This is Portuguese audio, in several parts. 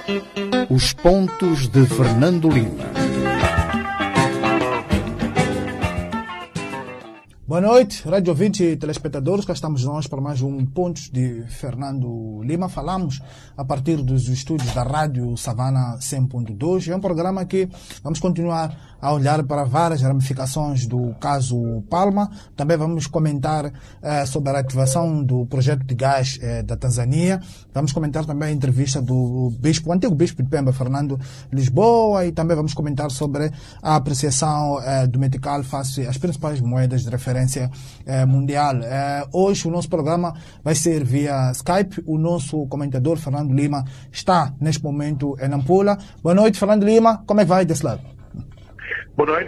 Os pontos de Fernando Lima. Boa noite, rádio ouvinte e telespectadores. Cá estamos nós para mais um Pontos de Fernando Lima. Falamos a partir dos estúdios da Rádio Savana 100.2. É um programa que vamos continuar a olhar para várias ramificações do caso Palma. Também vamos comentar sobre a ativação do projeto de gás da Tanzânia. Vamos comentar também a entrevista do bispo, o antigo bispo de Pemba, Fernando Lisboa, e também vamos comentar sobre a apreciação do metical face às principais moedas de referência mundial. Hoje o nosso programa vai ser via Skype. O nosso comentador, Fernando Lima, está neste momento em Nampula. Boa noite, Fernando Lima. Como é que vai desse lado? Boa noite.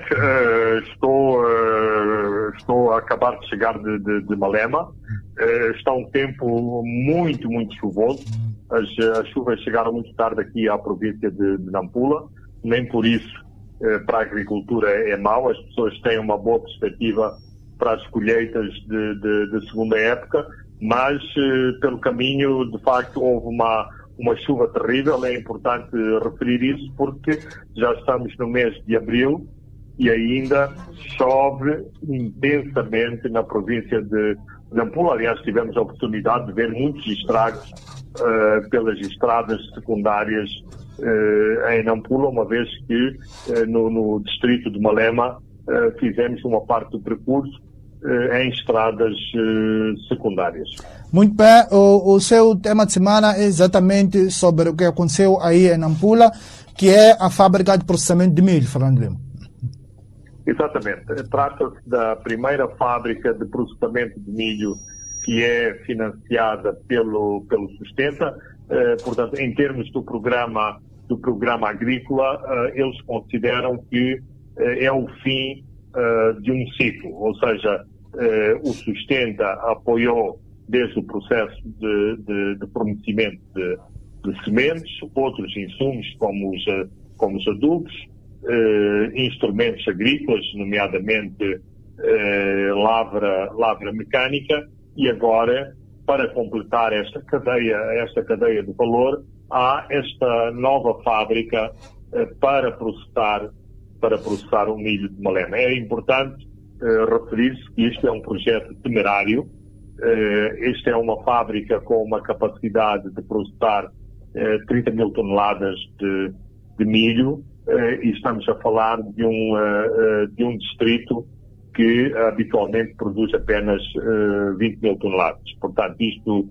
Estou a acabar de chegar de Malema. Está um tempo muito chuvoso. As chuvas chegaram muito tarde aqui à província de Nampula. Nem por isso para a agricultura é mau. As pessoas têm uma boa perspectiva para as colheitas de segunda época, mas pelo caminho, de facto, houve uma chuva terrível. É importante referir isso porque já estamos no mês de abril e ainda chove intensamente na província de Nampula. Aliás, tivemos a oportunidade de ver muitos estragos pelas estradas secundárias em Nampula, uma vez que no distrito de Malema fizemos uma parte do percurso em estradas secundárias. Muito bem, o seu tema de semana é exatamente sobre o que aconteceu aí em Nampula, que é a fábrica de processamento de milho, Fernando Lima. Exatamente. Trata-se da primeira fábrica de processamento de milho que é financiada pelo Sustenta. Portanto, em termos do programa agrícola, eles consideram que é o fim de um ciclo, ou seja, o Sustenta apoiou desde o processo de fornecimento de sementes, outros insumos como os adubos, instrumentos agrícolas, nomeadamente lavra mecânica, e agora, para completar esta cadeia de valor, há esta nova fábrica para processar o milho de Malema. É importante referir-se que isto é um projeto temerário. Esta é uma fábrica com uma capacidade de processar 30 mil toneladas de milho, e estamos a falar de um distrito que habitualmente produz apenas 20 mil toneladas. Portanto, isto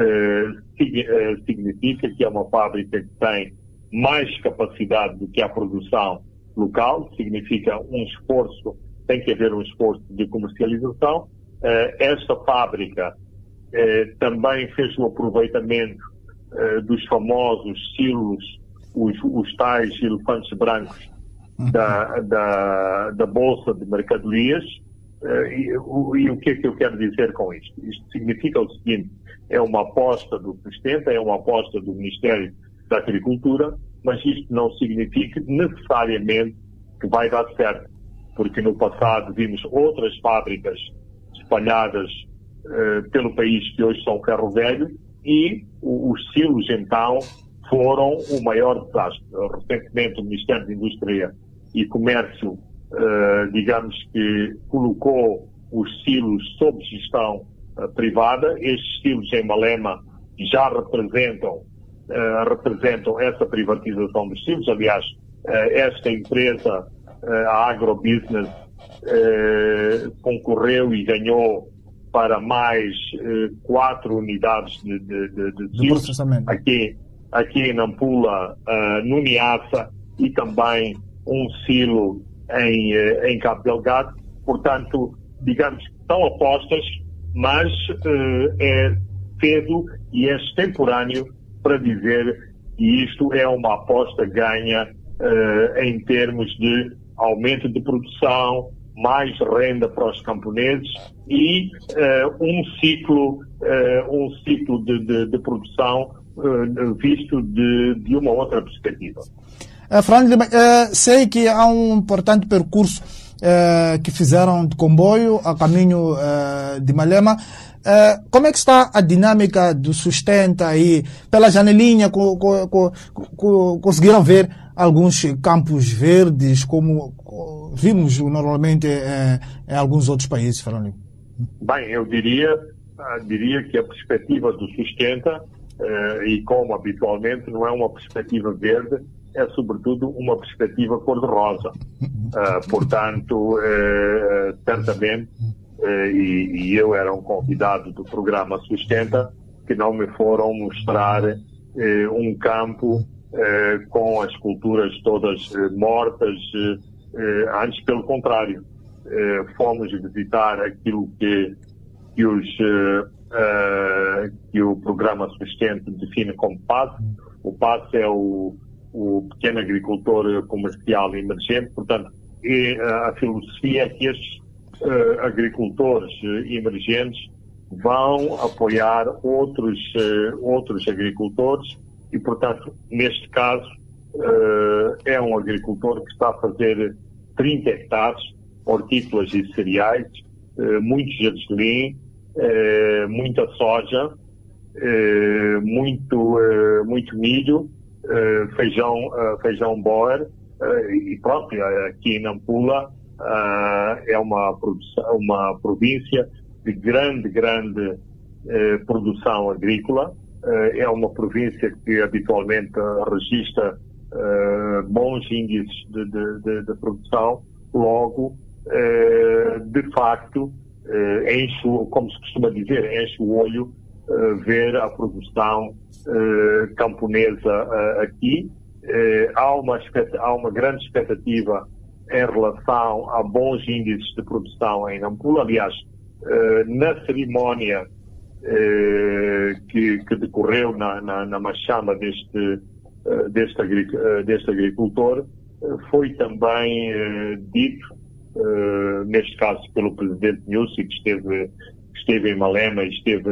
significa que é uma fábrica que tem mais capacidade do que a produção local. Significa tem que haver um esforço de comercialização. Esta fábrica também fez o aproveitamento dos famosos silos, os tais elefantes brancos da Bolsa de Mercadorias. E o que é que eu quero dizer com isto? Isto significa o seguinte: é uma aposta do Sustenta, é uma aposta do Ministério da Agricultura, mas isto não significa necessariamente que vai dar certo, porque no passado vimos outras fábricas espalhadas pelo país que hoje são ferro velho, e os silos então foram o maior desastre. Recentemente o Ministério da Indústria e Comércio, digamos que colocou os silos sob gestão privada. Estes silos em Malema já representam essa privatização dos silos. Aliás, esta empresa, a Agrobusiness, concorreu e ganhou para mais 4 unidades de silos aqui em Nampula, no Niassa, e também um silo em Cabo Delgado. Portanto, digamos que são apostas, mas é cedo e é extemporâneo para dizer que isto é uma aposta ganha em termos de aumento de produção, mais renda para os camponeses e um ciclo de produção visto de uma outra perspectiva. Fernando Lima, sei que há um importante percurso que fizeram de comboio a caminho de Malema. Como é que está a dinâmica do Sustenta aí? Pela janelinha conseguiram ver alguns campos verdes, como vimos normalmente em alguns outros países, Fernando? Bem, eu diria que a perspectiva do Sustenta, e como habitualmente, não é uma perspectiva verde, é sobretudo uma perspectiva cor-de-rosa. Portanto, certamente, e eu era um convidado do programa Sustenta, que não me foram mostrar um campo com as culturas todas mortas, antes pelo contrário. Fomos visitar aquilo que o programa Sustenta define como PAS. O PAS é o pequeno agricultor comercial emergente, portanto, a filosofia é que estes agricultores emergentes vão apoiar outros agricultores e, portanto, neste caso, é um agricultor que está a fazer 30 hectares, hortícolas e cereais, muito gergelim, muita soja, muito milho, feijão boer, e pronto, aqui em Nampula é uma província de grande produção agrícola. É uma província que habitualmente registra bons índices de produção. Logo, de facto, enche, como se costuma dizer, enche o olho ver a produção camponesa aqui. Há uma grande expectativa em relação a bons índices de produção em Nampula. Aliás, na cerimónia que decorreu na machama deste agricultor, foi também dito, neste caso pelo presidente Nussi, que esteve em Malema e esteve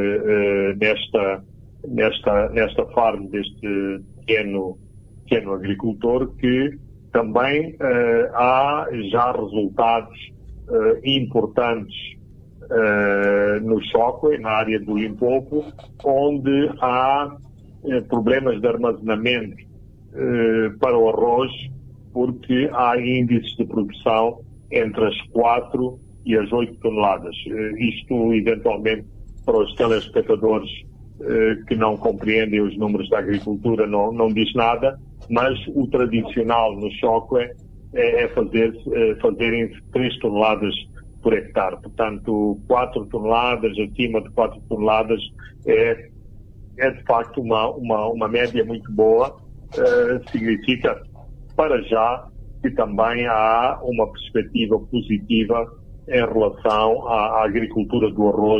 nesta farm deste pequeno agricultor, que também há já resultados importantes no Chocó, na área do Limpopo, onde há problemas de armazenamento para o arroz, porque há índices de produção entre as 4 e as 8 toneladas. Isto, eventualmente, para os telespectadores que não compreendem os números da agricultura, não diz nada, mas o tradicional no Chocó é fazerem 3 toneladas por hectare. Portanto, 4 toneladas, acima de 4 toneladas, é de facto uma média muito boa. Significa, para já, que também há uma perspectiva positiva em relação à agricultura do arroz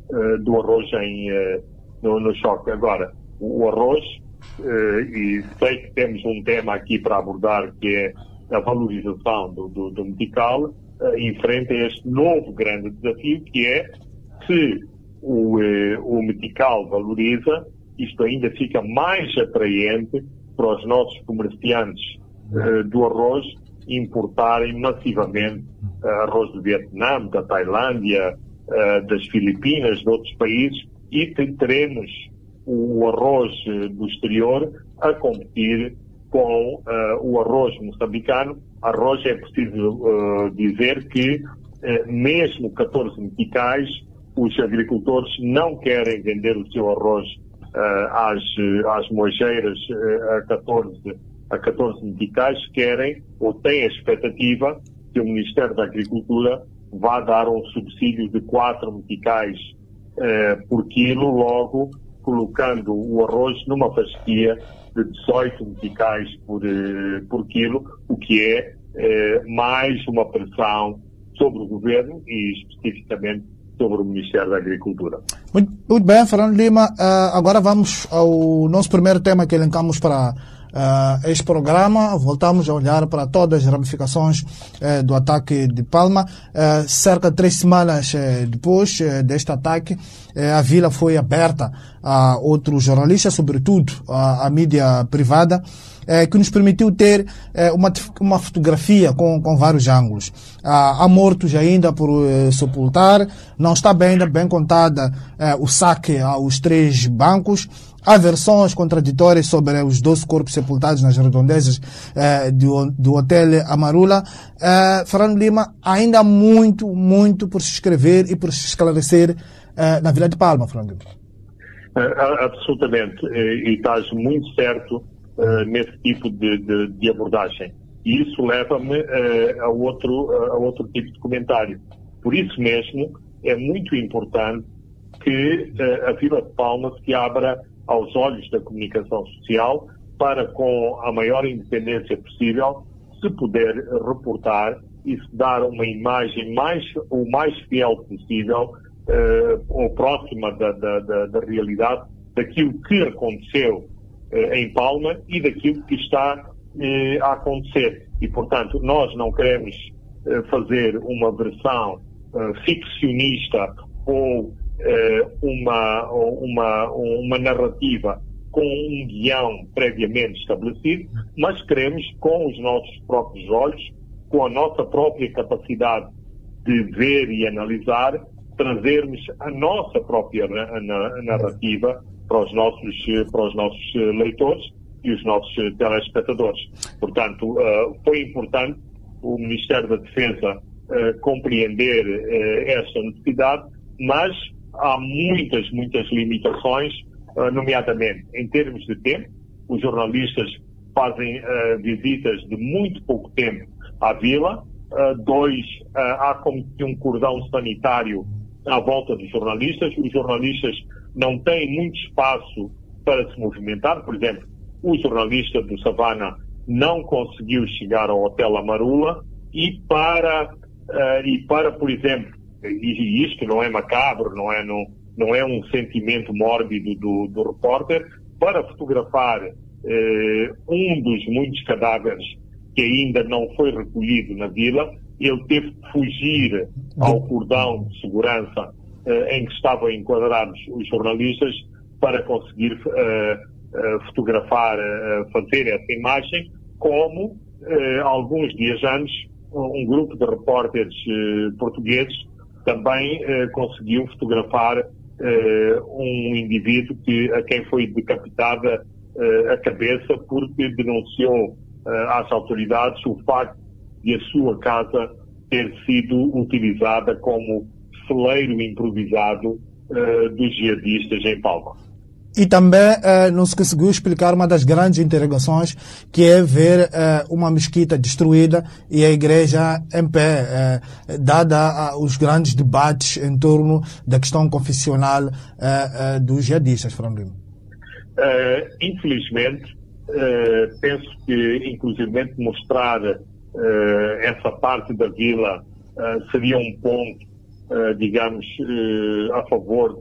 no Chocó. Agora, o arroz, e sei que temos um tema aqui para abordar, que é a valorização do metical, enfrenta este novo grande desafio, que é, se o metical valoriza, isto ainda fica mais atraente para os nossos comerciantes do arroz importarem massivamente arroz do Vietnã, da Tailândia, das Filipinas, de outros países, e teremos o arroz do exterior a competir com o arroz moçambicano. Arroz, é preciso dizer que, mesmo 14 meticais, os agricultores não querem vender o seu arroz às mojeiras a 14 meticais, querem ou têm a expectativa que o Ministério da Agricultura vá dar um subsídio de 4 meticais por quilo, logo colocando o arroz numa fasquia de 18 meticais por quilo, o que é mais uma pressão sobre o governo e especificamente sobre o Ministério da Agricultura. Muito bem, Fernando Lima. Agora vamos ao nosso primeiro tema que elencamos para este programa, voltamos a olhar para todas as ramificações do ataque de Palma. Cerca de 3 semanas depois deste ataque, a vila foi aberta a outros jornalistas, sobretudo a mídia privada, que nos permitiu ter uma fotografia com vários ângulos. Há mortos ainda por sepultar, não está ainda bem contada o saque aos 3 bancos. Há versões contraditórias sobre os 12 corpos sepultados nas redondezas do Hotel Amarula. Fernando Lima, ainda há muito por se escrever e por se esclarecer na Vila de Palma, Fernando Lima. Absolutamente. E estás muito certo nesse tipo de abordagem. E isso leva-me a outro tipo de comentário. Por isso mesmo, é muito importante que a Vila de Palma se abra aos olhos da comunicação social para, com a maior independência possível, se puder reportar e se dar uma imagem o mais fiel possível ou próxima da realidade daquilo que aconteceu em Palma e daquilo que está a acontecer. E, portanto, nós não queremos fazer uma versão ficcionista ou uma narrativa com um guião previamente estabelecido, mas queremos, com os nossos próprios olhos, com a nossa própria capacidade de ver e analisar, trazermos a nossa própria narrativa para os nossos leitores e os nossos telespectadores. Portanto, foi importante o Ministério da Defesa compreender esta necessidade, mas há muitas limitações, nomeadamente em termos de tempo. Os jornalistas fazem visitas de muito pouco tempo à vila. Há como que um cordão sanitário à volta dos jornalistas. Os jornalistas não têm muito espaço para se movimentar. Por exemplo, o jornalista do Savana não conseguiu chegar ao Hotel Amarula e para, por exemplo, e isto não é macabro, não é um sentimento mórbido do repórter, para fotografar um dos muitos cadáveres que ainda não foi recolhido na vila, ele teve que fugir ao cordão de segurança em que estavam enquadrados os jornalistas para conseguir fotografar, fazer essa imagem, como alguns dias antes um grupo de repórteres portugueses também conseguiu fotografar um indivíduo a quem foi decapitada a cabeça porque denunciou às autoridades o facto de a sua casa ter sido utilizada como celeiro improvisado dos jihadistas em Palma. E também não se conseguiu explicar uma das grandes interrogações, que é ver uma mesquita destruída e a igreja em pé, dada os grandes debates em torno da questão confessional dos jihadistas, Fernando. Infelizmente, penso que, inclusivamente, mostrar essa parte da vila seria um ponto, digamos, a favor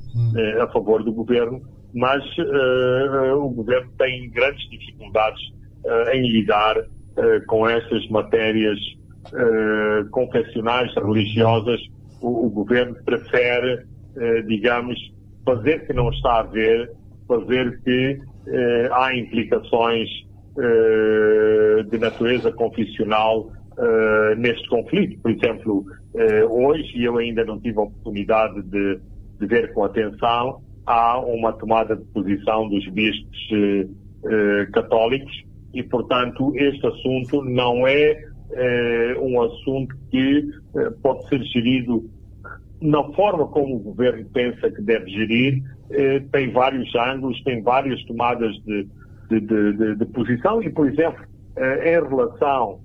do governo, mas o governo tem grandes dificuldades em lidar com estas matérias confessionais, religiosas. O governo prefere, digamos, fazer que não está a ver, fazer que há implicações de natureza confessional neste conflito. Por exemplo, hoje, eu ainda não tive a oportunidade de ver com atenção, há uma tomada de posição dos bispos católicos e, portanto, este assunto não é um assunto que pode ser gerido na forma como o governo pensa que deve gerir. Tem vários ângulos, tem várias tomadas de posição e, por exemplo, em relação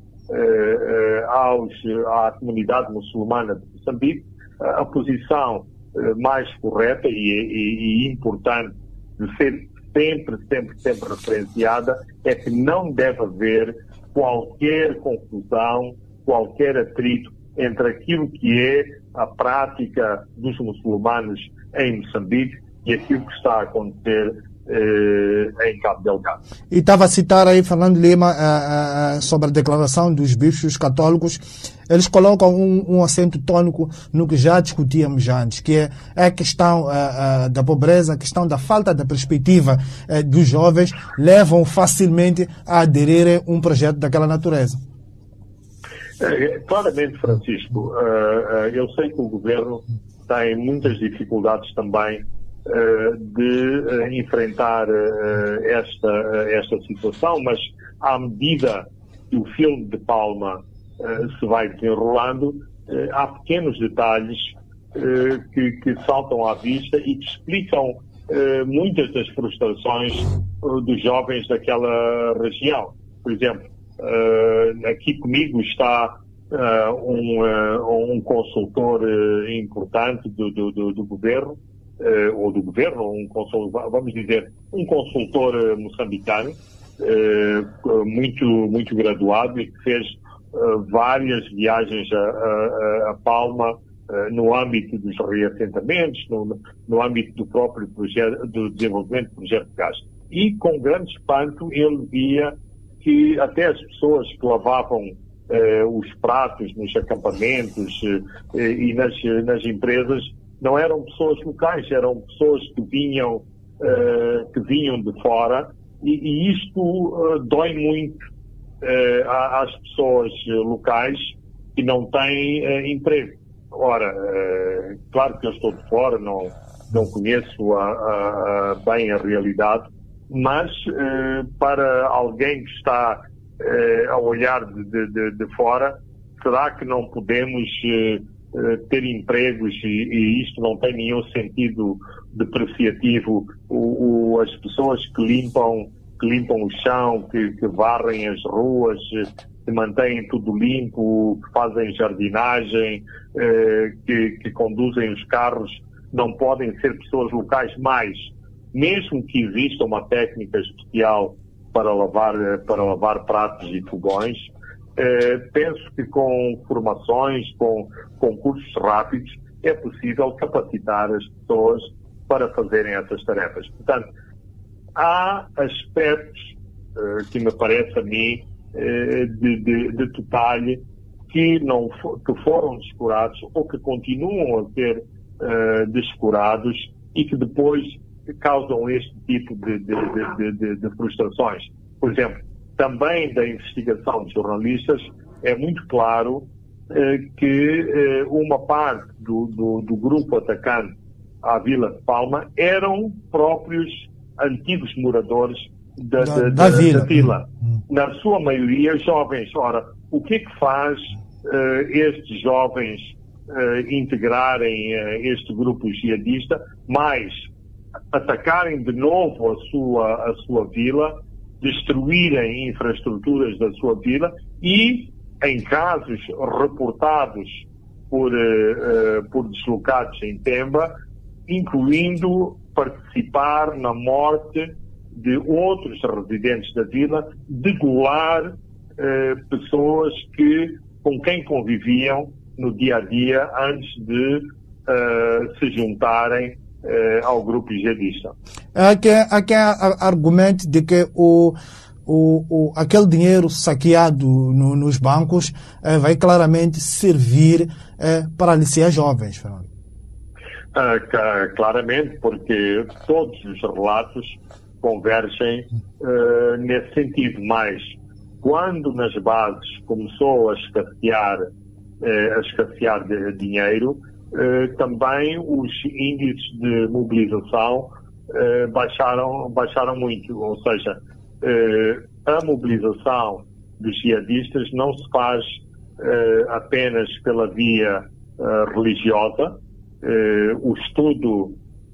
à comunidade muçulmana de Moçambique, a posição mais correta e importante de ser sempre referenciada é que não deve haver qualquer confusão, qualquer atrito entre aquilo que é a prática dos muçulmanos em Moçambique e aquilo que está a acontecer em Cabo Delgado. E estava a citar aí, Fernando Lima, sobre a declaração dos bispos católicos. Eles colocam um acento tônico no que já discutíamos antes, que é a questão da pobreza, a questão da falta da perspectiva dos jovens, levam facilmente a aderirem a um projeto daquela natureza. Claramente, Francisco, eu sei que o governo tem muitas dificuldades também de enfrentar esta situação, mas à medida que o filme de Palma se vai desenrolando, há pequenos detalhes que saltam à vista e que explicam muitas das frustrações dos jovens daquela região. Por exemplo, aqui comigo está um consultor importante do governo, ou do governo, vamos dizer, um consultor moçambicano, muito graduado, e que fez várias viagens a Palma no âmbito dos reassentamentos, no âmbito do próprio projeto, do desenvolvimento do projeto de gás. E com grande espanto ele via que até as pessoas que lavavam os pratos nos acampamentos e nas empresas não eram pessoas locais, eram pessoas que vinham de fora, e isto dói muito às pessoas locais que não têm emprego. Ora, claro que eu estou de fora, não conheço bem a realidade, mas para alguém que está a olhar de fora, será que não podemos ter empregos, e isto não tem nenhum sentido depreciativo, as pessoas que limpam o chão, que varrem as ruas, que mantêm tudo limpo, que fazem jardinagem, que conduzem os carros, não podem ser pessoas locais mais, mesmo que exista uma técnica especial para lavar pratos e fogões. Penso que com formações, com cursos rápidos, é possível capacitar as pessoas para fazerem essas tarefas. Portanto, há aspectos que me parece a mim de detalhe que foram descurados ou que continuam a ser descurados e que depois causam este tipo de frustrações. Por exemplo, também da investigação de jornalistas, é muito claro que uma parte do grupo atacante à Vila de Palma eram próprios antigos moradores da vila. Na sua maioria, jovens. Ora, o que é que faz estes jovens integrarem este grupo jihadista, mais atacarem de novo a sua vila, destruírem infraestruturas da sua vila e, em casos reportados por deslocados em Pemba, incluindo participar na morte de outros residentes da vila, degolar pessoas com quem conviviam no dia a dia antes de se juntarem ao grupo jihadista. Há que argumento de que aquele dinheiro saqueado nos bancos vai claramente servir para aliciar jovens, Fernando. Claramente, porque todos os relatos convergem nesse sentido, mas quando nas bases começou a escassear de dinheiro, também os índices de mobilização baixaram muito, ou seja, a mobilização dos jihadistas não se faz apenas pela via religiosa. O estudo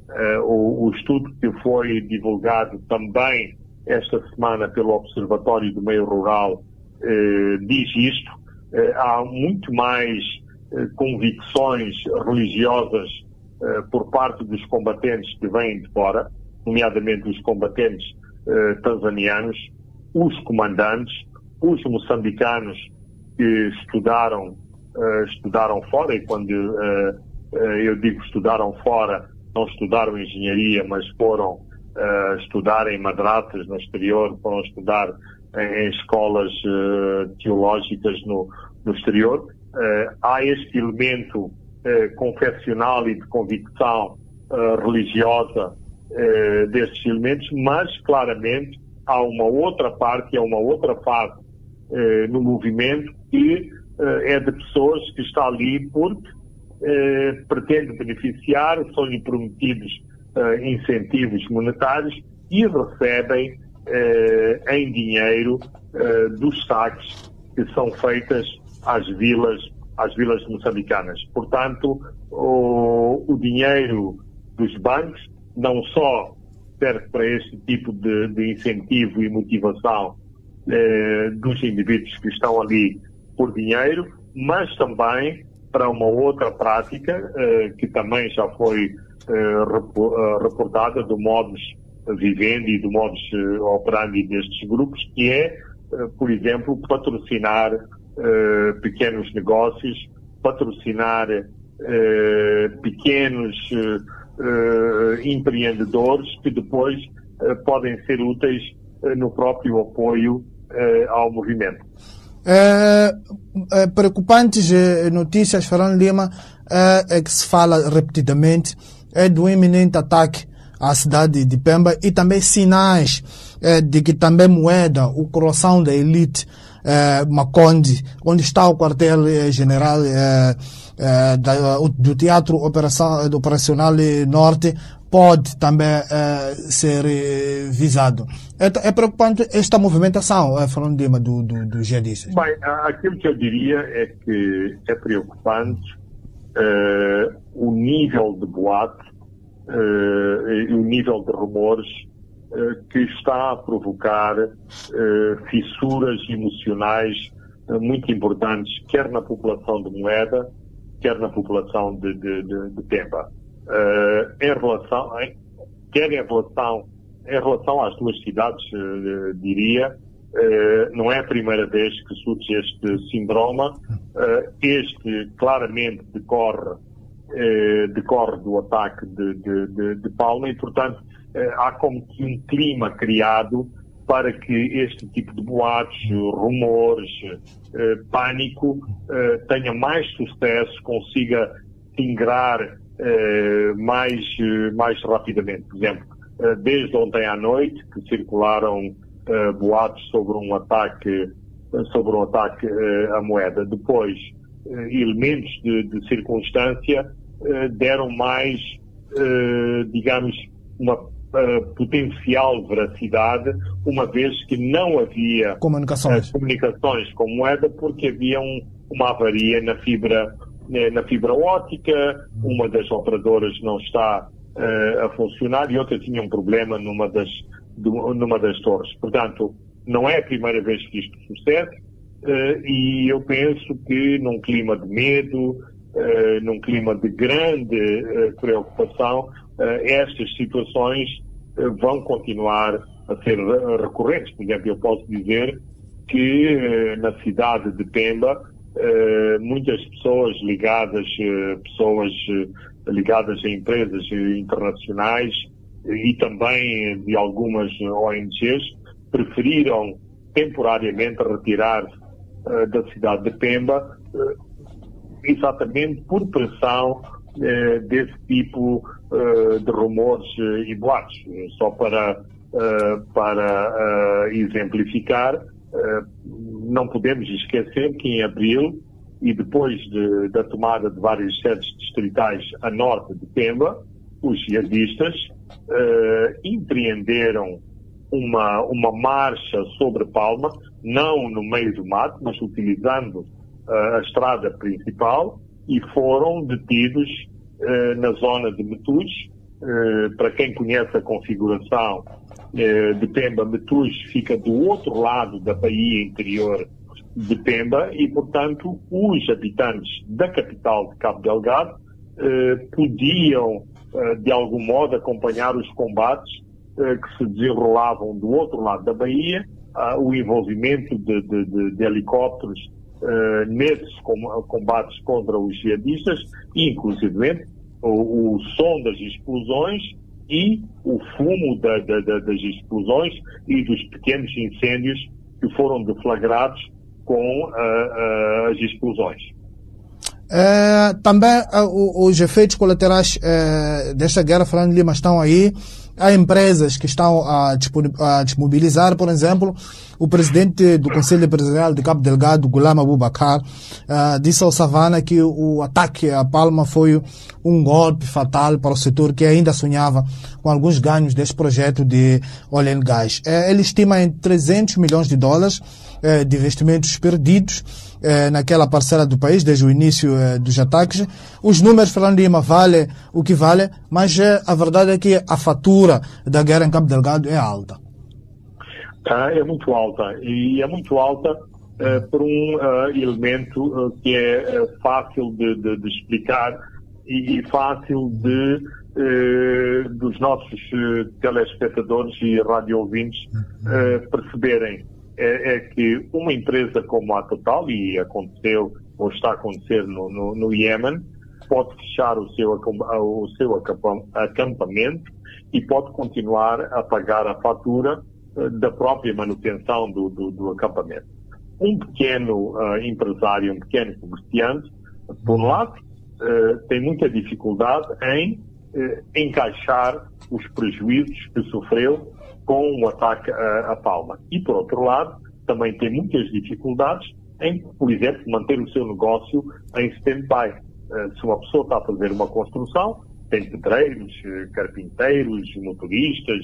que foi divulgado também esta semana pelo Observatório do Meio Rural diz isto. Há muito mais convicções religiosas por parte dos combatentes que vêm de fora, nomeadamente os combatentes tanzanianos, os comandantes, os moçambicanos que estudaram fora, e quando eu digo estudaram fora, não estudaram engenharia, mas foram estudar em madrasas no exterior, foram estudar em escolas teológicas no exterior. Há este elemento confessional e de convicção religiosa destes elementos, mas claramente há uma outra parte, há uma outra fase no movimento que é de pessoas que está ali porque pretendem beneficiar, são-lhe prometidos incentivos monetários e recebem em dinheiro dos saques que são feitas às vilas moçambicanas. Portanto, o dinheiro dos bancos não só serve para este tipo de incentivo e motivação dos indivíduos que estão ali por dinheiro, mas também para uma outra prática que também já foi reportada do modus vivendi e do modus operandi destes grupos, que é, por exemplo, patrocinar pequenos negócios, patrocinar pequenos empreendedores que depois podem ser úteis no próprio apoio ao movimento. Preocupantes notícias, Fernando Lima, é que se fala repetidamente do iminente ataque à cidade de Pemba e também sinais de que também Moeda, o coração da elite Macondi, onde está o quartel-general do Teatro Operacional Norte, pode também ser visado. É preocupante esta movimentação, Fernando Lima, do jihadistas? Bem, aquilo que eu diria é que é preocupante o nível de boato e o nível de rumores que está a provocar fissuras emocionais muito importantes, quer na população de Moeda, quer na população de Pemba. Em relação às duas cidades, diria, não é a primeira vez que surge este síndrome. Este claramente decorre do ataque de Palma e, portanto, há como que um clima criado para que este tipo de boatos, rumores, pânico tenha mais sucesso, consiga ingrar mais rapidamente. Por exemplo, desde ontem à noite que circularam boatos sobre um ataque à Moeda. Depois, elementos de circunstância deram mais, digamos, uma potencial veracidade, uma vez que não havia comunicações com Moeda, porque havia uma avaria na fibra óptica, uma das operadoras não está a funcionar e outra tinha um problema numa das torres. Portanto, não é a primeira vez que isto sucede e eu penso que num clima de medo, num clima de grande preocupação, estas situações vão continuar a ser recorrentes. Por exemplo, eu posso dizer que na cidade de Pemba muitas pessoas ligadas a empresas internacionais e também de algumas ONGs preferiram temporariamente retirar-se da cidade de Pemba exatamente por pressão desse tipo de rumores e boatos. Só para exemplificar, não podemos esquecer que em abril, e depois da tomada de várias sedes distritais a norte de Pemba, os jihadistas empreenderam uma marcha sobre Palma, não no meio do mato, mas utilizando a estrada principal, e foram detidos na zona de Metus. Para quem conhece a configuração de Pemba, Metus fica do outro lado da baía interior de Pemba e, portanto, os habitantes da capital de Cabo Delgado podiam, de algum modo, acompanhar os combates que se desenrolavam do outro lado da baía, o envolvimento de helicópteros nesses combates contra os jihadistas, e inclusive o som das explosões e o fumo das explosões e dos pequenos incêndios que foram deflagrados com as explosões. Também os efeitos colaterais desta guerra, Fernando Lima, estão aí. Há empresas que estão a desmobilizar, por exemplo, o presidente do Conselho Empresarial de Cabo Delgado, Ghulam Abubakar, disse ao Savana que o ataque à Palma foi um golpe fatal para o setor que ainda sonhava com alguns ganhos deste projeto de oil and gas. Ele estima em 300 milhões de dólares de investimentos perdidos naquela parcela do país desde o início dos ataques. Os números, Fernando Lima, vale o que vale, mas a verdade é que a fatura da guerra em Cabo Delgado é alta. É muito alta, e é muito alta por um elemento que é fácil de explicar e fácil dos nossos telespectadores e radio-ouvintes perceberem. É que uma empresa como a Total, e aconteceu ou está a acontecer no Iêmen, pode fechar o seu acampamento e pode continuar a pagar a fatura da própria manutenção do acampamento. Um pequeno empresário, um pequeno comerciante, por um lado, tem muita dificuldade em encaixar os prejuízos que sofreu com o ataque à Palma. E, por outro lado, também tem muitas dificuldades em, por exemplo, manter o seu negócio em stand-by. Se uma pessoa está a fazer uma construção, tem pedreiros, carpinteiros, motoristas,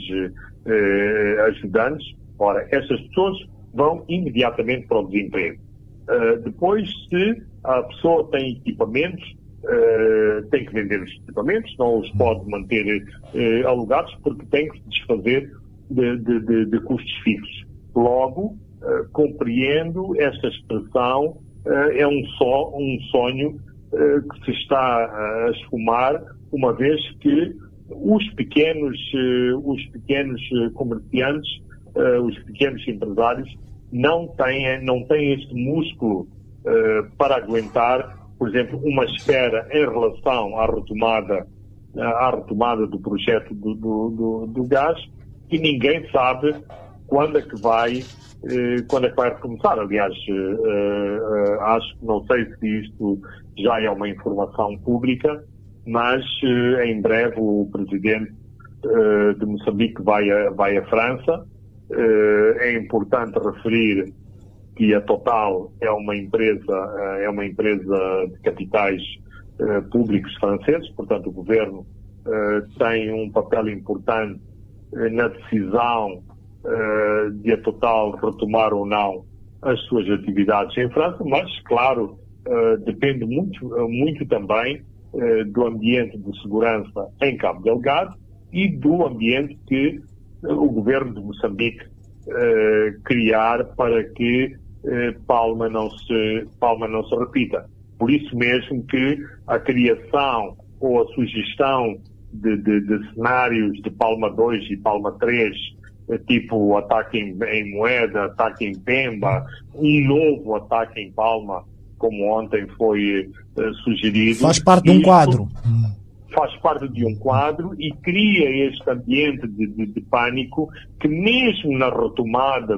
ajudantes. Ora, essas pessoas vão imediatamente para o desemprego. Depois, se a pessoa tem equipamentos, tem que vender os equipamentos, não os pode manter alugados porque tem que se desfazer de custos fixos. Logo, compreendo esta expressão, é um sonho que se está a esfumar, uma vez que os pequenos comerciantes, os pequenos empresários, não têm este músculo para aguentar, por exemplo, uma espera em relação à retomada do projeto do gás, que ninguém sabe quando é que vai recomeçar. Aliás, acho que não sei se isto já é uma informação pública, mas em breve o presidente de Moçambique vai à França. É importante referir que a Total é uma empresa de capitais públicos franceses, portanto o governo tem um papel importante na decisão de a Total retomar ou não as suas atividades em França, mas, claro, depende muito também do ambiente de segurança em Cabo Delgado e do ambiente que o governo de Moçambique criar para que Palma não se repita. Por isso mesmo que a criação ou a sugestão de cenários de Palma 2 e Palma 3, tipo ataque em Moeda, ataque em Pemba, um novo ataque em Palma, como ontem foi sugerido. Faz parte de um quadro. Faz parte de um quadro e cria este ambiente de pânico que mesmo na retomada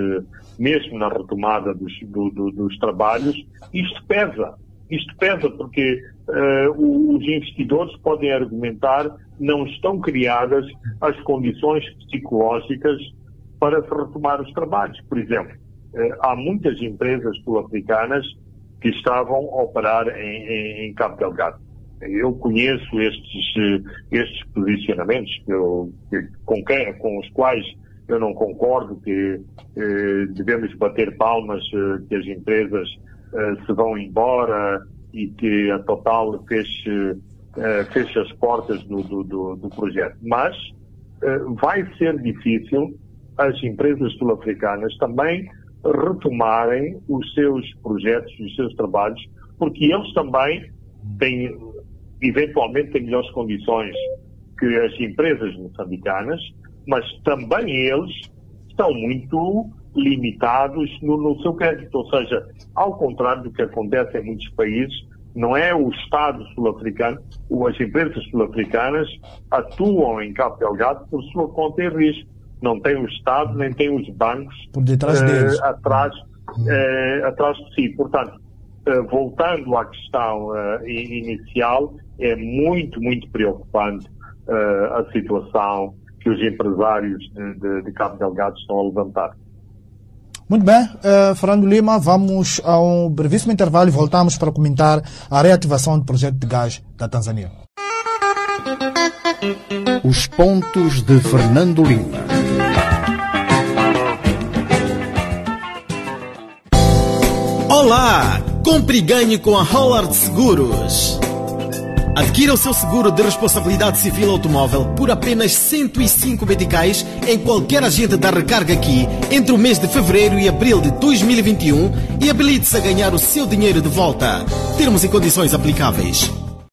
dos trabalhos, isto pesa. Isto pesa porque os investidores podem argumentar não estão criadas as condições psicológicas para se retomar os trabalhos. Por exemplo, há muitas empresas sul-africanas que estavam a operar em Cabo Delgado. Eu conheço estes posicionamentos com os quais eu não concordo, que devemos bater palmas que as empresas se vão embora e que a Total feche as portas do projeto. Mas vai ser difícil as empresas sul-africanas também retomarem os seus projetos, os seus trabalhos, porque eles também eventualmente têm melhores condições que as empresas moçambicanas, mas também eles estão muito limitados no seu crédito. Ou seja, ao contrário do que acontece em muitos países, Não é o Estado sul-africano, ou as empresas sul-africanas atuam em Cabo Delgado por sua conta e risco. Não tem o Estado, nem tem os bancos por detrás deles. atrás de si. Portanto, voltando à questão inicial, é muito, muito preocupante a situação que os empresários de Cabo Delgado estão a levantar. Muito bem, Fernando Lima, vamos a um brevíssimo intervalo e voltamos para comentar a reativação do projeto de gás da Tanzânia. Os pontos de Fernando Lima. Olá! Compre e ganhe com a Hollard Seguros. Adquira o seu seguro de responsabilidade civil automóvel por apenas 105 meticais em qualquer agente da recarga aqui entre o mês de fevereiro e abril de 2021 e habilite-se a ganhar o seu dinheiro de volta. Termos e condições aplicáveis.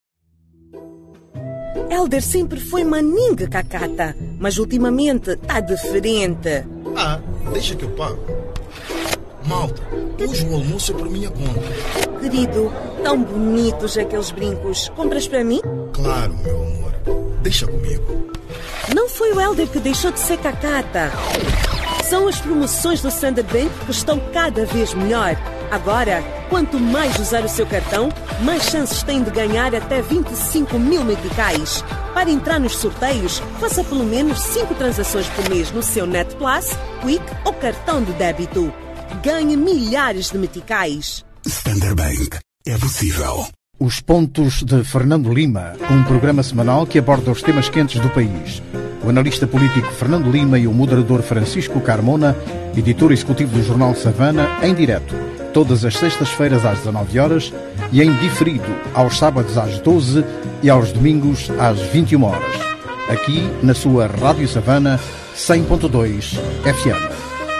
Elder sempre foi maninga cacata, mas ultimamente está diferente. Deixa que eu pago. Malta, hoje o almoço é por minha conta. Querido, tão bonitos aqueles brincos. Compras para mim? Claro, meu amor. Deixa comigo. Não foi o Elder que deixou de ser cacata. São as promoções do Standard Bank que estão cada vez melhor. Agora, quanto mais usar o seu cartão, mais chances tem de ganhar até 25 mil meticais. Para entrar nos sorteios, faça pelo menos 5 transações por mês no seu Net Plus, Quick ou cartão de débito. Ganhe milhares de meticais. Standard Bank. É possível. Os pontos de Fernando Lima, um programa semanal que aborda os temas quentes do país. O analista político Fernando Lima e o moderador Francisco Carmona, editor executivo do jornal Savana, em direto, todas as sextas-feiras às 19 horas e em diferido aos sábados às 12 e aos domingos às 21 horas. Aqui na sua Rádio Savana 100.2 FM.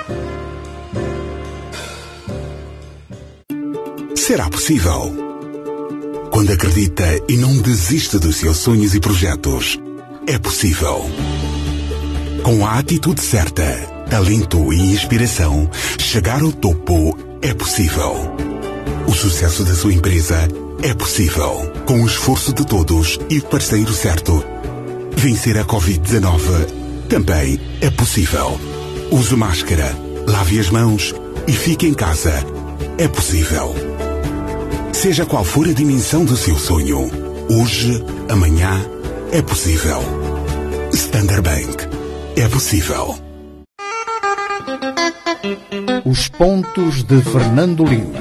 Será possível? Quando acredita e não desiste dos seus sonhos e projetos, é possível. Com a atitude certa, talento e inspiração, chegar ao topo é possível. O sucesso da sua empresa é possível. Com o esforço de todos e o parceiro certo, vencer a Covid-19 também é possível. Use máscara, lave as mãos e fique em casa. É possível. Seja qual for a dimensão do seu sonho, hoje, amanhã, é possível. Standard Bank. É possível. Os pontos de Fernando Lima.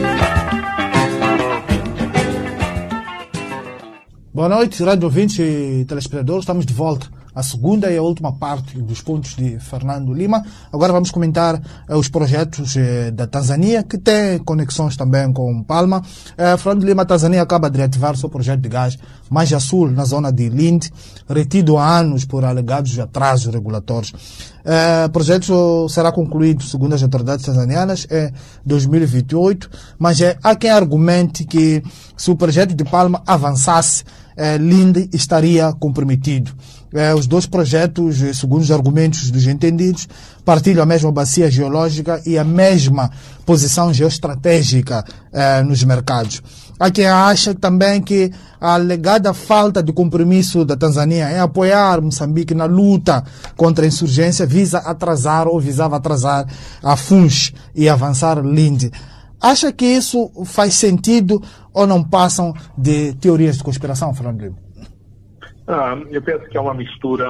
Boa noite, rádio ouvintes e telespectadores. Estamos de volta à segunda e a última parte dos pontos de Fernando Lima. Agora vamos comentar os projetos da Tanzânia, que tem conexões também com Palma. Fernando Lima, a Tanzânia acaba de reativar o seu projeto de gás Manja Sul, na zona de Lindi, retido há anos por alegados atrasos regulatórios. O projeto será concluído, segundo as autoridades tanzanianas, em 2028, mas há quem argumente que se o projeto de Palma avançasse, Lindi estaria comprometido. Os dois projetos, segundo os argumentos dos entendidos, partilham a mesma bacia geológica e a mesma posição geoestratégica nos mercados. Há quem acha também que a alegada falta de compromisso da Tanzânia em apoiar Moçambique na luta contra a insurgência visava atrasar a FUNS e avançar Lindi. Acha que isso faz sentido ou não passam de teorias de conspiração, Fernando Lima? Eu penso que há uma mistura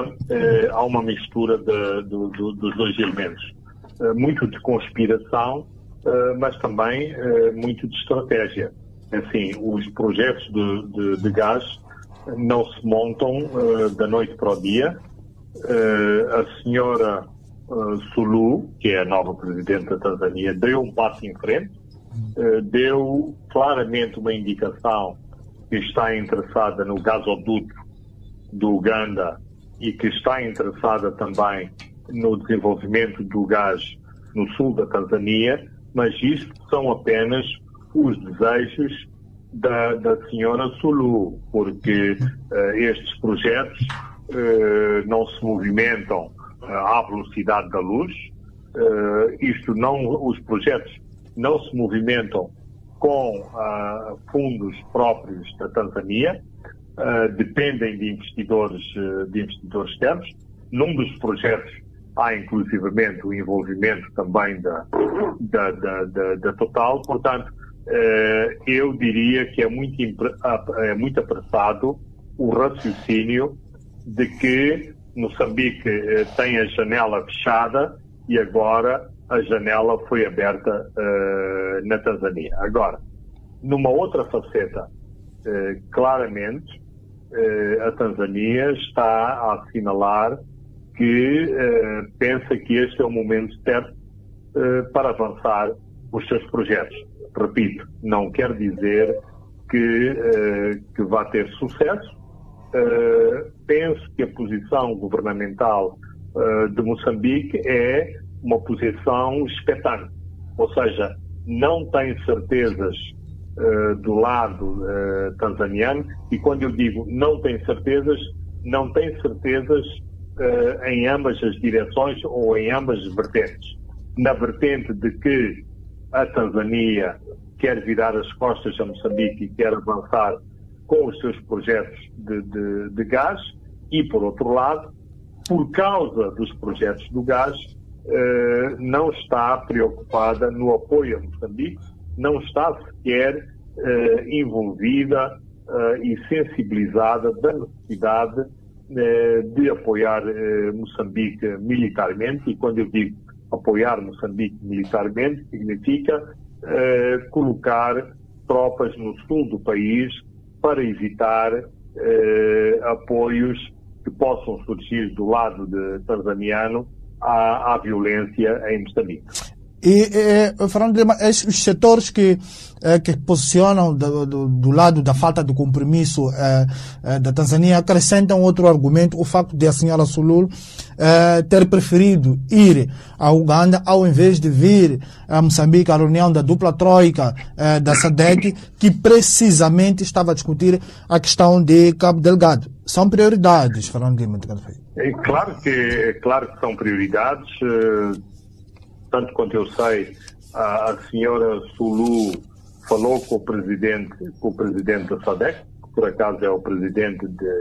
dos dois elementos. Muito de conspiração, mas também muito de estratégia. Assim, os projetos de gás não se montam da noite para o dia. A senhora Suluhu, que é a nova presidente da Tanzânia, deu um passo em frente, deu claramente uma indicação que está interessada no gasoduto do Uganda e que está interessada também no desenvolvimento do gás no sul da Tanzânia, mas isto são apenas os desejos da senhora Suluhu, porque estes projetos não se movimentam à velocidade da luz. Os projetos não se movimentam com fundos próprios da Tanzânia, dependem de investidores externos. Num dos projetos há inclusivamente o envolvimento também da Total. Portanto, eu diria que é muito apressado o raciocínio de que Moçambique tem a janela fechada e agora a janela foi aberta na Tanzânia. Agora, numa outra faceta, claramente, a Tanzânia está a assinalar que pensa que este é o momento certo para avançar os seus projetos. Repito, não quer dizer que vá ter sucesso. Penso que a posição governamental de Moçambique é uma posição expectante, ou seja, não tem certezas do lado tanzaniano, e quando eu digo não tem certezas em ambas as direções ou em ambas as vertentes. Na vertente de que a Tanzânia quer virar as costas a Moçambique e quer avançar com os seus projetos de gás, e por outro lado, por causa dos projetos do gás, não está preocupada no apoio a Moçambique, não está sequer envolvida e sensibilizada da necessidade de apoiar Moçambique militarmente. E quando eu digo apoiar Moçambique militarmente, significa colocar tropas no sul do país para evitar apoios que possam surgir do lado tanzaniano à violência em Moçambique. E, Fernando Lima, os setores que posicionam do lado da falta de compromisso da Tanzânia acrescentam outro argumento, o facto de a senhora Suluhu ter preferido ir à Uganda ao invés de vir a Moçambique, à reunião da dupla troika da SADC, que precisamente estava a discutir a questão de Cabo Delgado. São prioridades, Fernando Lima. É claro que são prioridades. Tanto quanto eu sei, a senhora Suluhu falou com o presidente da SADC, que por acaso é o presidente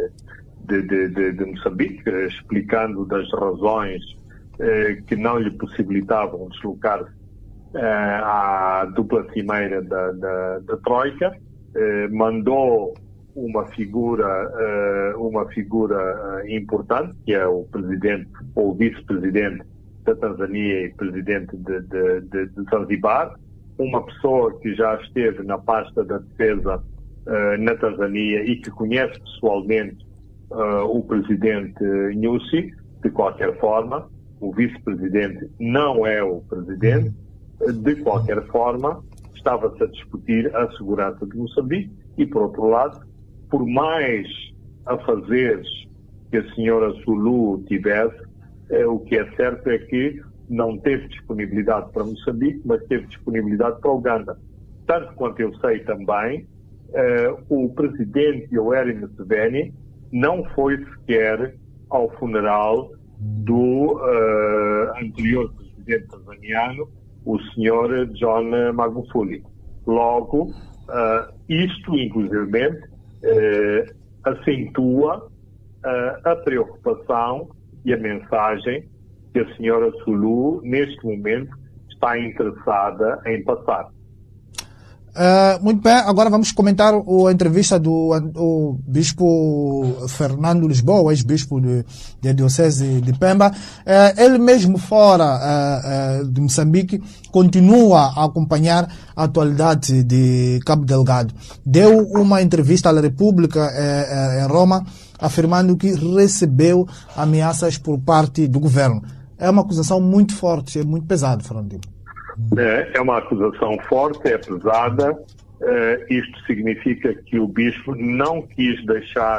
de Moçambique, explicando das razões que não lhe possibilitavam deslocar-se à dupla cimeira da Troika. Mandou uma figura importante, que é o presidente ou o vice-presidente da Tanzânia e presidente de Zanzibar, uma pessoa que já esteve na pasta da defesa na Tanzânia e que conhece pessoalmente o presidente Nyusi. De qualquer forma, o vice-presidente não é o presidente. De qualquer forma, estava-se a discutir a segurança de Moçambique e, por outro lado, por mais afazeres que a senhora Suluhu tivesse, o que é certo é que não teve disponibilidade para Moçambique, mas teve disponibilidade para Uganda. Tanto quanto eu sei também, o presidente Yoweri Museveni não foi sequer ao funeral do anterior presidente tanzaniano, o senhor John Magufuli. Logo, isto, inclusivamente, acentua a preocupação e a mensagem que a senhora Suluhu, neste momento, está interessada em passar. Muito bem, agora vamos comentar a entrevista do bispo Fernando Lisboa, ex-bispo da Diocese de Pemba. Ele mesmo fora de Moçambique continua a acompanhar a atualidade de Cabo Delgado. Deu uma entrevista à República em Roma, afirmando que recebeu ameaças por parte do governo. É uma acusação muito forte, é muito pesada, Fernando. É uma acusação forte, é pesada. Isto significa que o bispo não quis deixar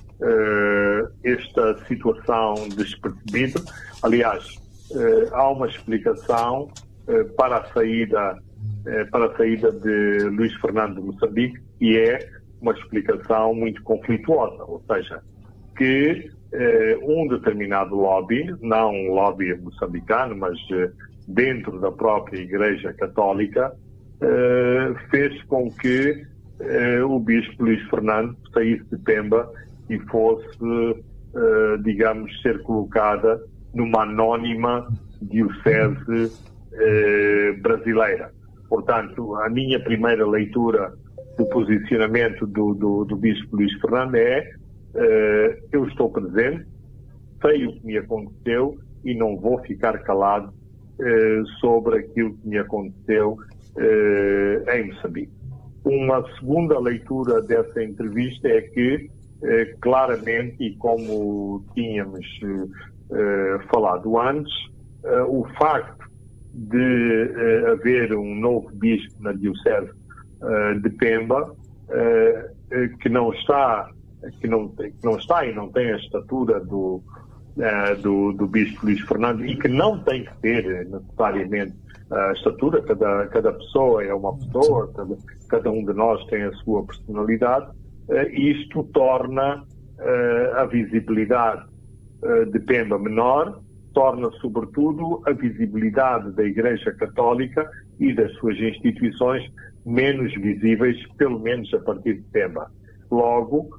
esta situação despercebida. Aliás, há uma explicação para a saída de Luís Fernando de Moçambique, e é uma explicação muito conflituosa, ou seja, que um determinado lobby, não um lobby moçambicano, mas dentro da própria Igreja Católica, fez com que o bispo Luís Fernando saísse de Pemba e fosse, digamos, ser colocada numa anónima diocese brasileira. Portanto, a minha primeira leitura do posicionamento do bispo Luís Fernando é: eu estou presente, sei o que me aconteceu e não vou ficar calado sobre aquilo que me aconteceu em Moçambique. Uma segunda leitura dessa entrevista é que, claramente, e como tínhamos falado antes, o facto de haver um novo bispo na diocese de Pemba, que não está e não tem a estatura do bispo Luís Fernando, e que não tem que ter necessariamente a estatura. Cada pessoa é uma pessoa, cada um de nós tem a sua personalidade. Isto torna a visibilidade de Pemba menor, torna sobretudo a visibilidade da Igreja Católica e das suas instituições menos visíveis, pelo menos a partir de Pemba. Logo,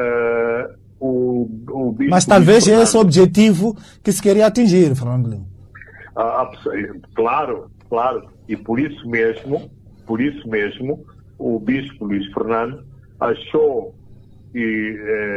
o bispo... Mas talvez é esse o objetivo que se queria atingir, Fernando Lima. Claro. E por isso mesmo, o bispo Luís Fernando achou que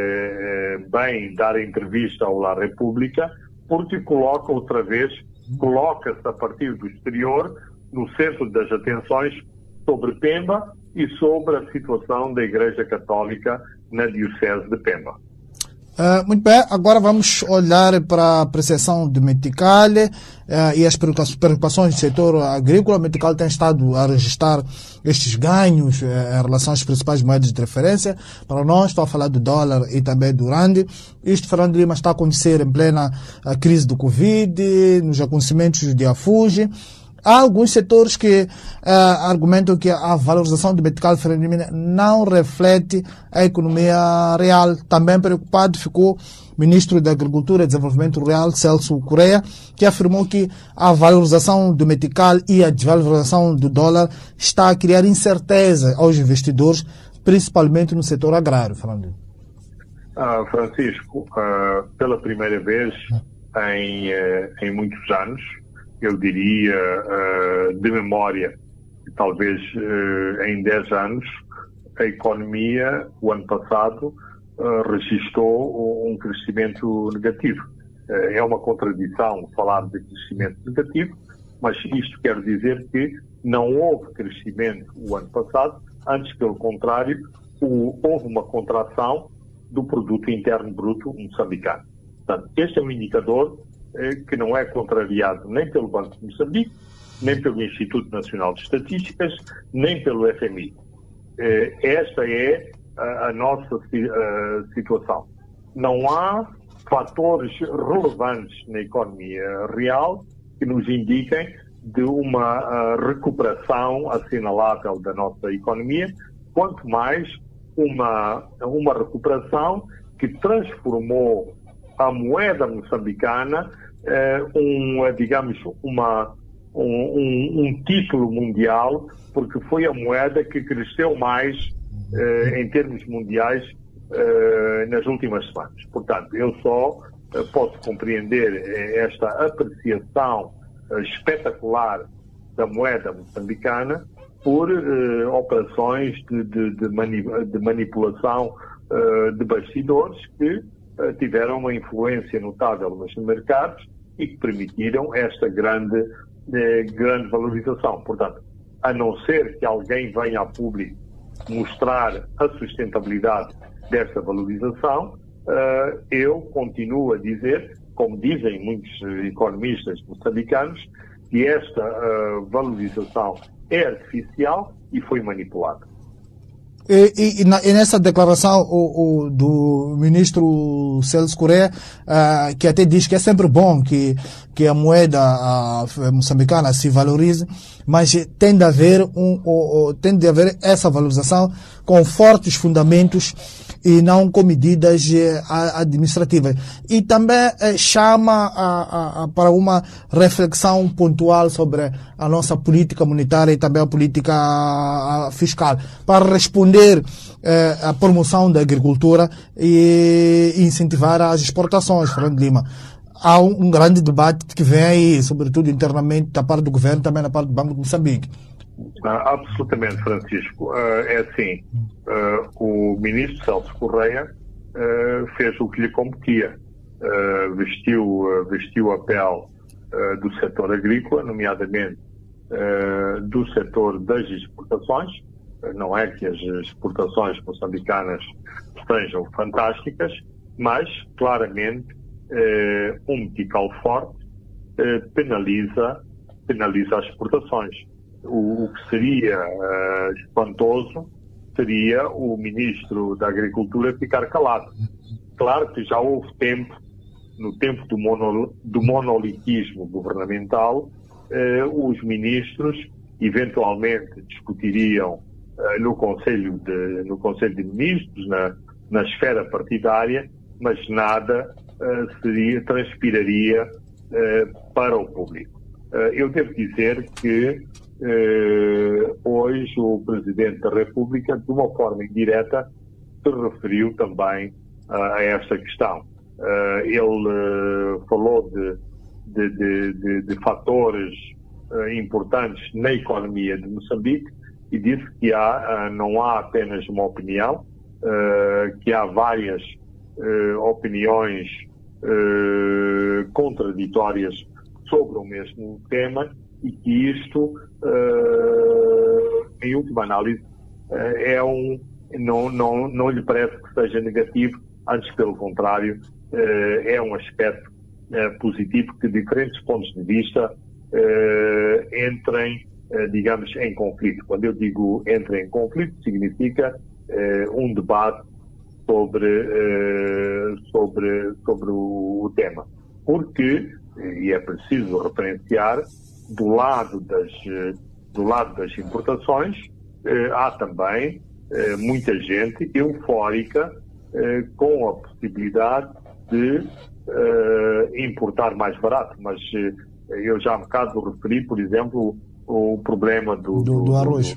bem dar entrevista ao La República, porque coloca-se a partir do exterior no centro das atenções sobre Pemba e sobre a situação da Igreja Católica na Diocese de Pemba. Muito bem, agora vamos olhar para a apreciação de Meticale e as preocupações do setor agrícola. Meticale tem estado a registrar estes ganhos em relação às principais moedas de referência. Para nós, estou a falar do dólar e também do rand. Isto, Fernando Lima, está a acontecer em plena crise do Covid, nos acontecimentos de Afuge. Há alguns setores que argumentam que a valorização do Meticale não reflete a economia real. Também preocupado ficou o ministro da Agricultura e Desenvolvimento Rural, Celso Correia, que afirmou que a valorização do Meticale e a desvalorização do dólar está a criar incerteza aos investidores, principalmente no setor agrário. Fernando. Francisco, pela primeira vez em muitos anos, eu diria, de memória, talvez em 10 anos, a economia, o ano passado, registrou um crescimento negativo. É uma contradição falar de crescimento negativo, mas isto quer dizer que não houve crescimento o ano passado, antes, pelo contrário, houve uma contração do produto interno bruto moçambicano. Portanto, este é um indicador que não é contrariado nem pelo Banco de Moçambique, nem pelo Instituto Nacional de Estatísticas, nem pelo FMI. Esta é a nossa situação. Não há fatores relevantes na economia real que nos indiquem de uma recuperação assinalável da nossa economia, quanto mais uma recuperação que transformou a moeda moçambicana um título mundial, porque foi a moeda que cresceu mais em termos mundiais nas últimas semanas. Portanto, eu só posso compreender esta apreciação espetacular da moeda moçambicana por operações de manipulação de bastidores que tiveram uma influência notável nos mercados e que permitiram esta grande valorização. Portanto, a não ser que alguém venha a público mostrar a sustentabilidade desta valorização, eu continuo a dizer, como dizem muitos economistas moçambicanos, que esta valorização é artificial e foi manipulada. E nessa declaração do ministro Celso Correia, que até diz que é sempre bom que a moeda moçambicana se valorize, mas tem de haver essa valorização com fortes fundamentos e não com medidas administrativas. E também chama para uma reflexão pontual sobre a nossa política monetária e também a política fiscal, para responder à promoção da agricultura e incentivar as exportações. Fernando Lima, há um grande debate que vem aí, sobretudo internamente, da parte do governo, também da parte do Banco de Moçambique. Absolutamente, Francisco. É assim, o ministro Celso Correia fez o que lhe competia. Vestiu a pele do setor agrícola, nomeadamente do setor das exportações. Não é que as exportações moçambicanas sejam fantásticas, mas claramente um metical forte penaliza as exportações. O que seria espantoso seria o ministro da Agricultura ficar calado. Claro que já houve tempo, no tempo do monolitismo governamental, os ministros eventualmente discutiriam no Conselho de Ministros, na esfera partidária, mas nada transpiraria para o público. Eu devo dizer que hoje o Presidente da República, de uma forma indireta, se referiu também a esta questão. Ele falou de fatores importantes na economia de Moçambique e disse que não há apenas uma opinião, que há várias opiniões contraditórias sobre o mesmo tema e que isto, em última análise, não lhe parece que seja negativo, antes pelo contrário, é um aspecto positivo que diferentes pontos de vista entrem, digamos, em conflito. Quando eu digo entrem em conflito, significa um debate sobre o tema. Porque, e é preciso referenciar, do lado das importações, há também muita gente eufórica com a possibilidade de importar mais barato. Mas eu já há um bocado referi, por exemplo, o problema do arroz.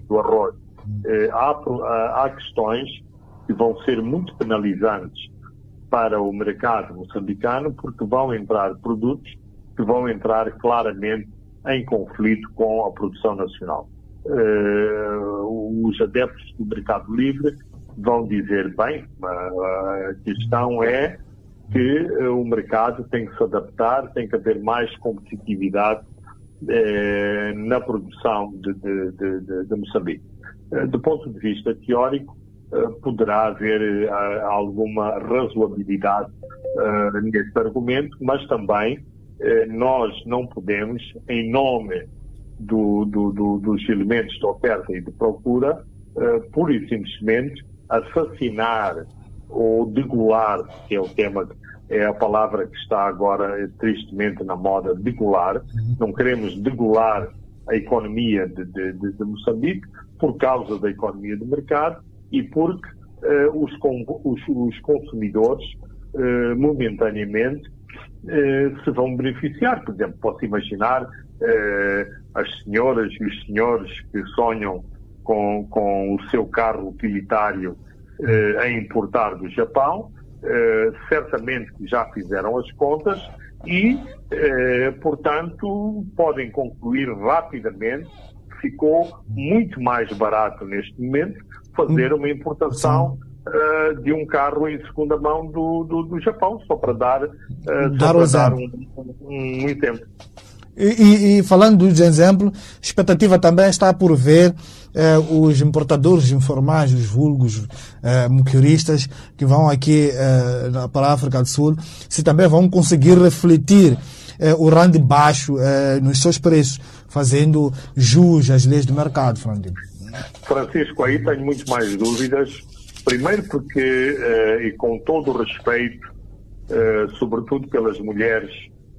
Há questões que vão ser muito penalizantes para o mercado moçambicano, porque vão entrar produtos que vão entrar claramente em conflito com a produção nacional. Os adeptos do mercado livre vão dizer, bem, a questão é que o mercado tem que se adaptar, tem que haver mais competitividade na produção de Moçambique. Do ponto de vista teórico, poderá haver alguma razoabilidade neste argumento, mas também nós não podemos, em nome dos elementos de oferta e de procura, pura e simplesmente assassinar ou degolar, que é o tema, é a palavra que está agora tristemente na moda, degolar. Não queremos degolar a economia de Moçambique por causa da economia de mercado e porque os consumidores momentaneamente se vão beneficiar. Por exemplo, posso imaginar as senhoras e os senhores que sonham com o seu carro utilitário a importar do Japão, certamente já fizeram as contas e, portanto, podem concluir rapidamente que ficou muito mais barato neste momento fazer uma importação de um carro em segunda mão do Japão, só para dar um exemplo. E falando de exemplo, a expectativa também está por ver os importadores informais, os vulgos muquiristas que vão aqui para a África do Sul, se também vão conseguir refletir o rande baixo nos seus preços, fazendo jus às leis do mercado, Francisco, aí tenho muito mais dúvidas. Primeiro porque, e com todo o respeito, sobretudo pelas mulheres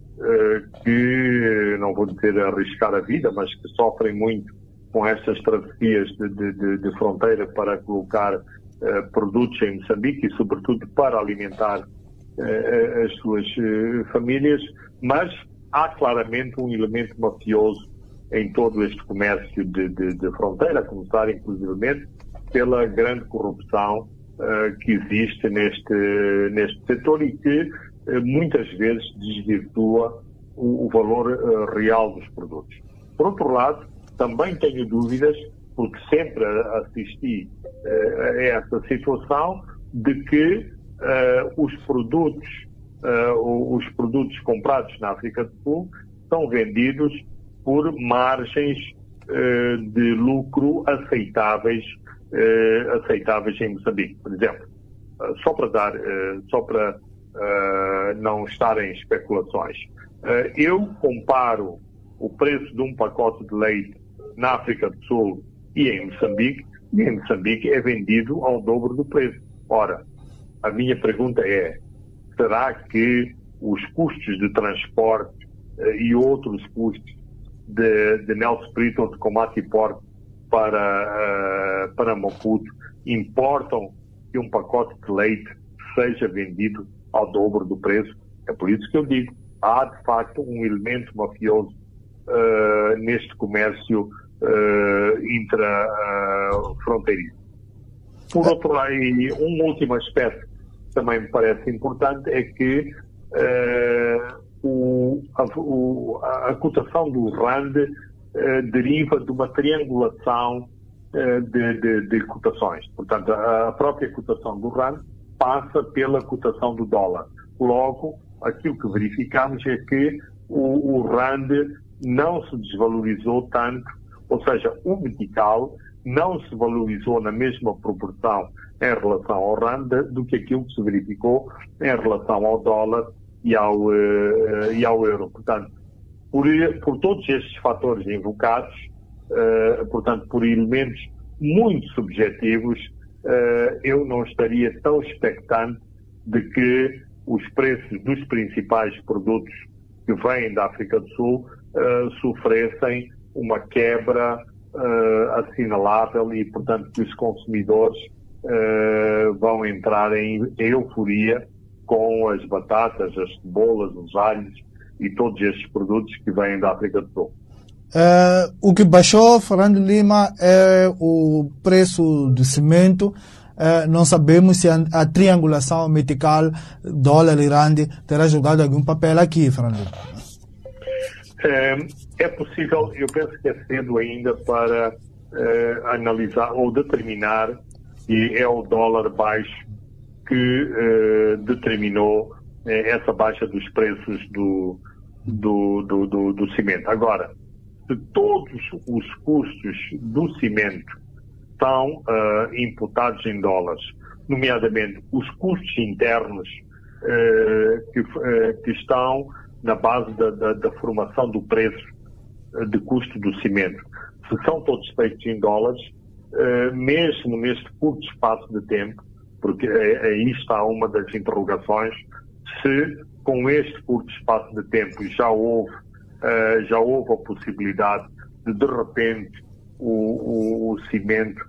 que, não vou dizer arriscar a vida, mas que sofrem muito com estas travessias de fronteira para colocar produtos em Moçambique e, sobretudo, para alimentar as suas famílias, mas há claramente um elemento mafioso em todo este comércio de fronteira, a começar, inclusivamente, pela grande corrupção que existe neste setor e que muitas vezes desvirtua o valor real dos produtos. Por outro lado, também tenho dúvidas, porque sempre assisti a essa situação de que os produtos comprados na África do Sul são vendidos por margens de lucro aceitáveis em Moçambique. Por exemplo, só para não estar em especulações, eu comparo o preço de um pacote de leite na África do Sul e em Moçambique é vendido ao dobro do preço. Ora, a minha pergunta é, será que os custos de transporte e outros custos de Nelspruit ou de Komati Port para Maputo importam que um pacote de leite seja vendido ao dobro do preço? É por isso que eu digo, há de facto um elemento mafioso neste comércio intrafronteiriço. Por outro lado, e um último aspecto que também me parece importante é que a cotação do RAND deriva de uma triangulação de cotações. Portanto, a própria cotação do RAND passa pela cotação do dólar. Logo, aquilo que verificamos é que o RAND não se desvalorizou tanto, ou seja, o metical não se valorizou na mesma proporção em relação ao RAND do que aquilo que se verificou em relação ao dólar e ao euro. Portanto, por todos estes fatores invocados, portanto, por elementos muito subjetivos, eu não estaria tão expectante de que os preços dos principais produtos que vêm da África do Sul sofressem uma quebra assinalável e, portanto, que os consumidores vão entrar em euforia com as batatas, as cebolas, os alhos e todos estes produtos que vêm da África do Sul. O que baixou, Fernando Lima, é o preço do cimento. Não sabemos se a triangulação metical dólar e rand terá jogado algum papel aqui, Fernando. É possível, eu penso que é cedo ainda para analisar ou determinar, e é o dólar baixo que determinou essa baixa dos preços do cimento. Agora, se todos os custos do cimento são imputados em dólares, nomeadamente os custos internos que estão na base da formação do preço de custo do cimento, se são todos feitos em dólares, mesmo neste curto espaço de tempo, porque aí está uma das interrogações, se com este curto espaço de tempo já houve a possibilidade de repente, o cimento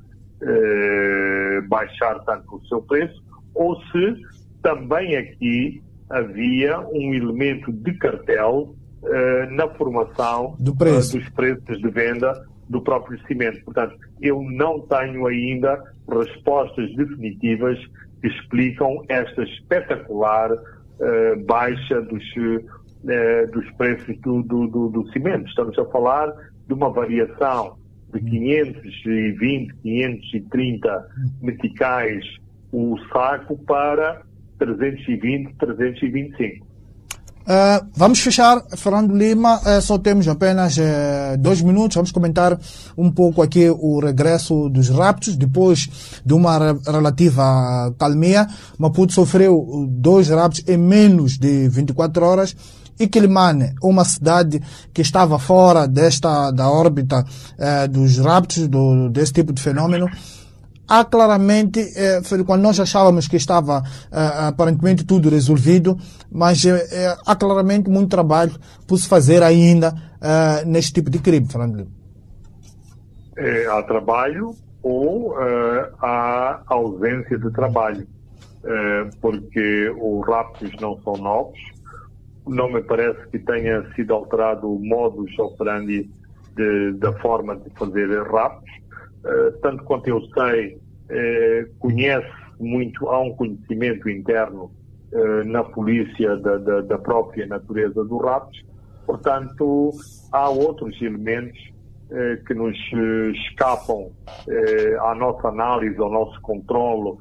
baixar tanto o seu preço, ou se também aqui havia um elemento de cartel na formação dos preços de venda do próprio cimento. Portanto, eu não tenho ainda respostas definitivas que explicam esta espetacular baixa dos preços do cimento. Estamos a falar de uma variação de 520, 530 meticais o saco para 320, 325. Vamos fechar, Fernando Lima, só temos apenas 2 minutos. Vamos comentar um pouco aqui o regresso dos raptos. Depois de uma relativa calmia, Maputo sofreu 2 raptos em menos de 24 horas. E Quilimane, uma cidade que estava fora da órbita dos raptos, desse tipo de fenômeno, há claramente, quando nós achávamos que estava aparentemente tudo resolvido, mas há claramente muito trabalho por se fazer ainda neste tipo de crime, Fernando Lima. Há trabalho ou há ausência de trabalho, porque os raptos não são novos. Não me parece que tenha sido alterado o modus operandi da forma de fazer raptos. Tanto quanto eu sei, há um conhecimento interno na polícia da própria natureza do raptos. Portanto, há outros elementos que nos escapam à nossa análise, ao nosso controlo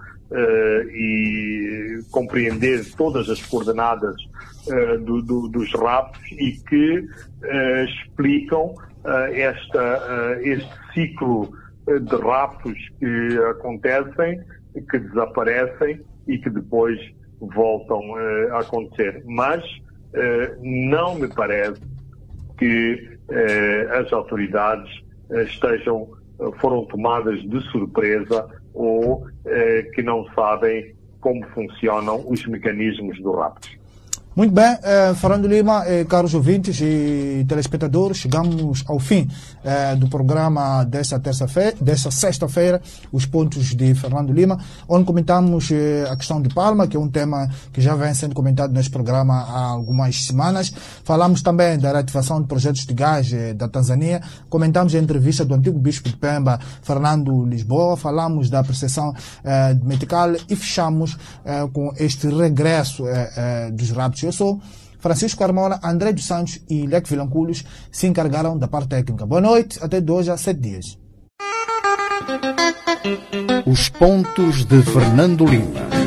e compreender todas as coordenadas dos raptos e que explicam este ciclo de raptos que acontecem, que desaparecem e que depois voltam a acontecer. Mas não me parece que as autoridades foram tomadas de surpresa ou que não sabem como funcionam os mecanismos do rapto. Muito bem, Fernando Lima, caros ouvintes e telespectadores, chegamos ao fim do programa desta sexta-feira, os pontos de Fernando Lima, onde comentamos a questão de Palma, que é um tema que já vem sendo comentado neste programa há algumas semanas. Falamos também da reativação de projetos de gás da Tanzânia, comentamos a entrevista do antigo bispo de Pemba, Fernando Lisboa, falamos da apreciação de Metical e fechamos com este regresso dos raptos. Eu sou Francisco Carmona, André dos Santos e Leque Vilanculos se encargaram da parte técnica. Boa noite, até de hoje a 7 dias. Os pontos de Fernando Lima.